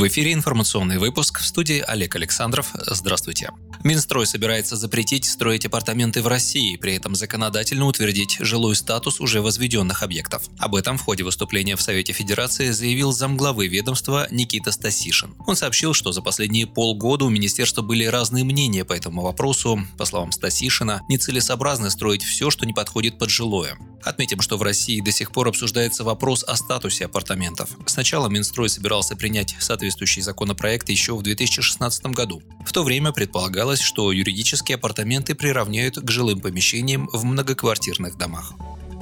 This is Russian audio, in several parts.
В эфире информационный выпуск, в студии Олег Александров. Здравствуйте. Минстрой собирается запретить строить апартаменты в России, при этом законодательно утвердить жилой статус уже возведенных объектов. Об этом в ходе выступления в Совете Федерации заявил замглавы ведомства Никита Стасишин. Он сообщил, что за последние полгода у министерства были разные мнения по этому вопросу. По словам Стасишина, нецелесообразно строить все, что не подходит под жилое. Отметим, что в России до сих пор обсуждается вопрос о статусе апартаментов. Сначала Минстрой собирался принять соответствующий законопроект еще в 2016 году. В то время предполагалось, что юридические апартаменты приравняют к жилым помещениям в многоквартирных домах.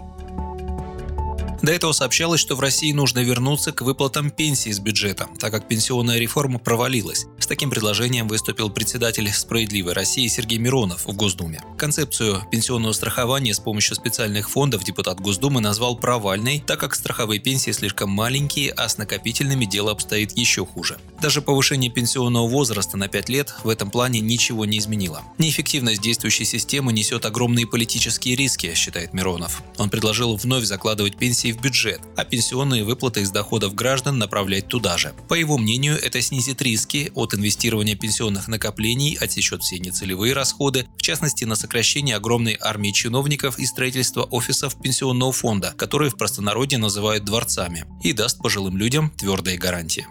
До этого сообщалось, что в России нужно вернуться к выплатам пенсий из бюджета, так как пенсионная реформа провалилась. С таким предложением выступил председатель «Справедливой России» Сергей Миронов в Госдуме. Концепцию пенсионного страхования с помощью специальных фондов депутат Госдумы назвал провальной, так как страховые пенсии слишком маленькие, а с накопительными дело обстоит еще хуже. Даже повышение пенсионного возраста на 5 лет в этом плане ничего не изменило. Неэффективность действующей системы несет огромные политические риски, считает Миронов. Он предложил вновь закладывать пенсии в бюджет, а пенсионные выплаты из доходов граждан направлять туда же. По его мнению, это снизит риски от инвестирования пенсионных накоплений, отсечет все нецелевые расходы, в частности на сокращение огромной армии чиновников и строительство офисов пенсионного фонда, которые в простонародье называют дворцами, и даст пожилым людям твердые гарантии.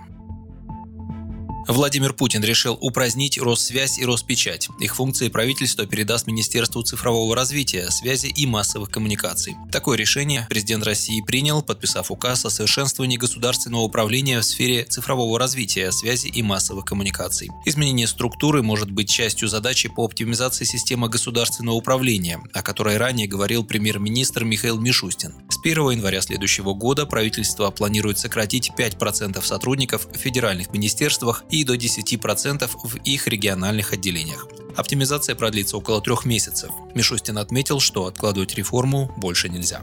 Владимир Путин решил упразднить Россвязь и Роспечать. Их функции правительство передаст Министерству цифрового развития, связи и массовых коммуникаций. Такое решение президент России принял, подписав указ о совершенствовании государственного управления в сфере цифрового развития, связи и массовых коммуникаций. Изменение структуры может быть частью задачи по оптимизации системы государственного управления, о которой ранее говорил премьер-министр Михаил Мишустин. С 1 января следующего года правительство планирует сократить 5% сотрудников в федеральных министерствах и до 10% в их региональных отделениях. Оптимизация продлится около 3 месяцев. Мишустин отметил, что откладывать реформу больше нельзя.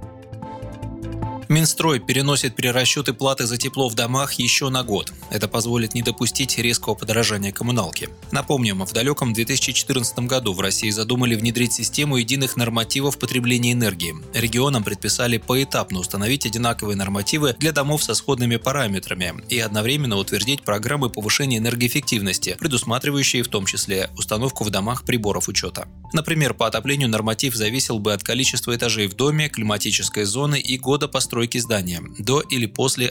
Минстрой переносит перерасчеты платы за тепло в домах еще на год. Это позволит не допустить резкого подорожания коммуналки. Напомним, в далеком 2014 году в России задумали внедрить систему единых нормативов потребления энергии. Регионам предписали поэтапно установить одинаковые нормативы для домов со сходными параметрами и одновременно утвердить программы повышения энергоэффективности, предусматривающие в том числе установку в домах приборов учета. Например, по отоплению норматив зависел бы от количества этажей в доме, климатической зоны и года постройки здания до или после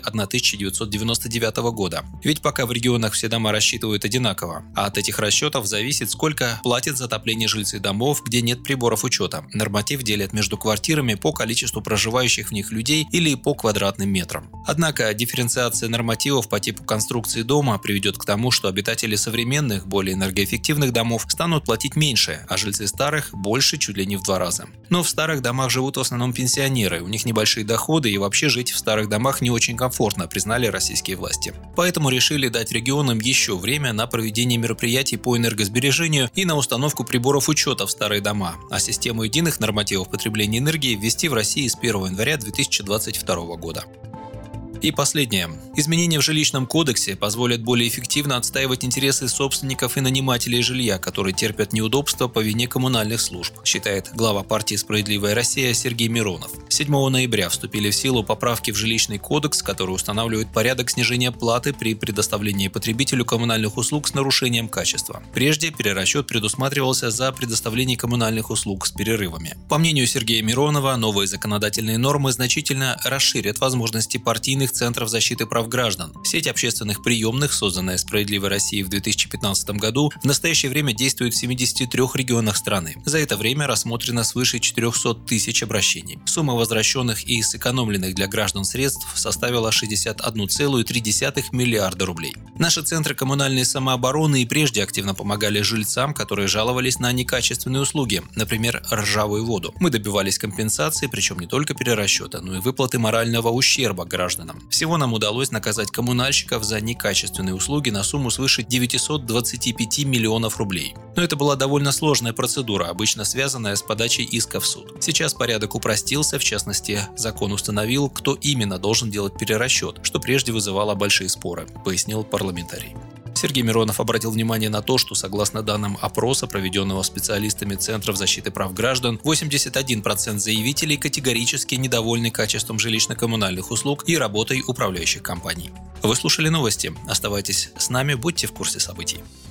1999 года. Ведь пока в регионах все дома рассчитывают одинаково, а от этих расчетов зависит, сколько платят за отопление жильцы домов, где нет приборов учета. Норматив делят между квартирами по количеству проживающих в них людей или по квадратным метрам. Однако дифференциация нормативов по типу конструкции дома приведет к тому, что обитатели современных, более энергоэффективных домов станут платить меньше, а жильцы старых – больше чуть ли не в 2 раза. Но в старых домах живут в основном пенсионеры, у них небольшие доходы и вообще жить в старых домах не очень комфортно, признали российские власти. Поэтому решили дать регионам еще время на проведение мероприятий по энергосбережению и на установку приборов учета в старые дома, а систему единых нормативов потребления энергии ввести в России с 1 января 2022 года. И последнее. Изменения в жилищном кодексе позволят более эффективно отстаивать интересы собственников и нанимателей жилья, которые терпят неудобства по вине коммунальных служб, считает глава партии «Справедливая Россия» Сергей Миронов. 7 ноября вступили в силу поправки в жилищный кодекс, которые устанавливают порядок снижения платы при предоставлении потребителю коммунальных услуг с нарушением качества. Прежде перерасчет предусматривался за предоставление коммунальных услуг с перерывами. По мнению Сергея Миронова, новые законодательные нормы значительно расширят возможности партийных центров защиты прав граждан. Сеть общественных приемных, созданная «Справедливой Россией» в 2015 году, в настоящее время действует в 73 регионах страны. За это время рассмотрено свыше 400 тысяч обращений. Сумма возвращенных и сэкономленных для граждан средств составила 61,3 миллиарда рублей. Наши центры коммунальной самообороны и прежде активно помогали жильцам, которые жаловались на некачественные услуги, например, ржавую воду. Мы добивались компенсации, причем не только перерасчета, но и выплаты морального ущерба гражданам. Всего нам удалось наказать коммунальщиков за некачественные услуги на сумму свыше 925 миллионов рублей. Но это была довольно сложная процедура, обычно связанная с подачей иска в суд. Сейчас порядок упростился, в частности, закон установил, кто именно должен делать перерасчет, что прежде вызывало большие споры, пояснил парламентарий. Сергей Миронов обратил внимание на то, что согласно данным опроса, проведенного специалистами Центров защиты прав граждан, 81% заявителей категорически недовольны качеством жилищно-коммунальных услуг и работой управляющих компаний. Вы слушали новости. Оставайтесь с нами, будьте в курсе событий.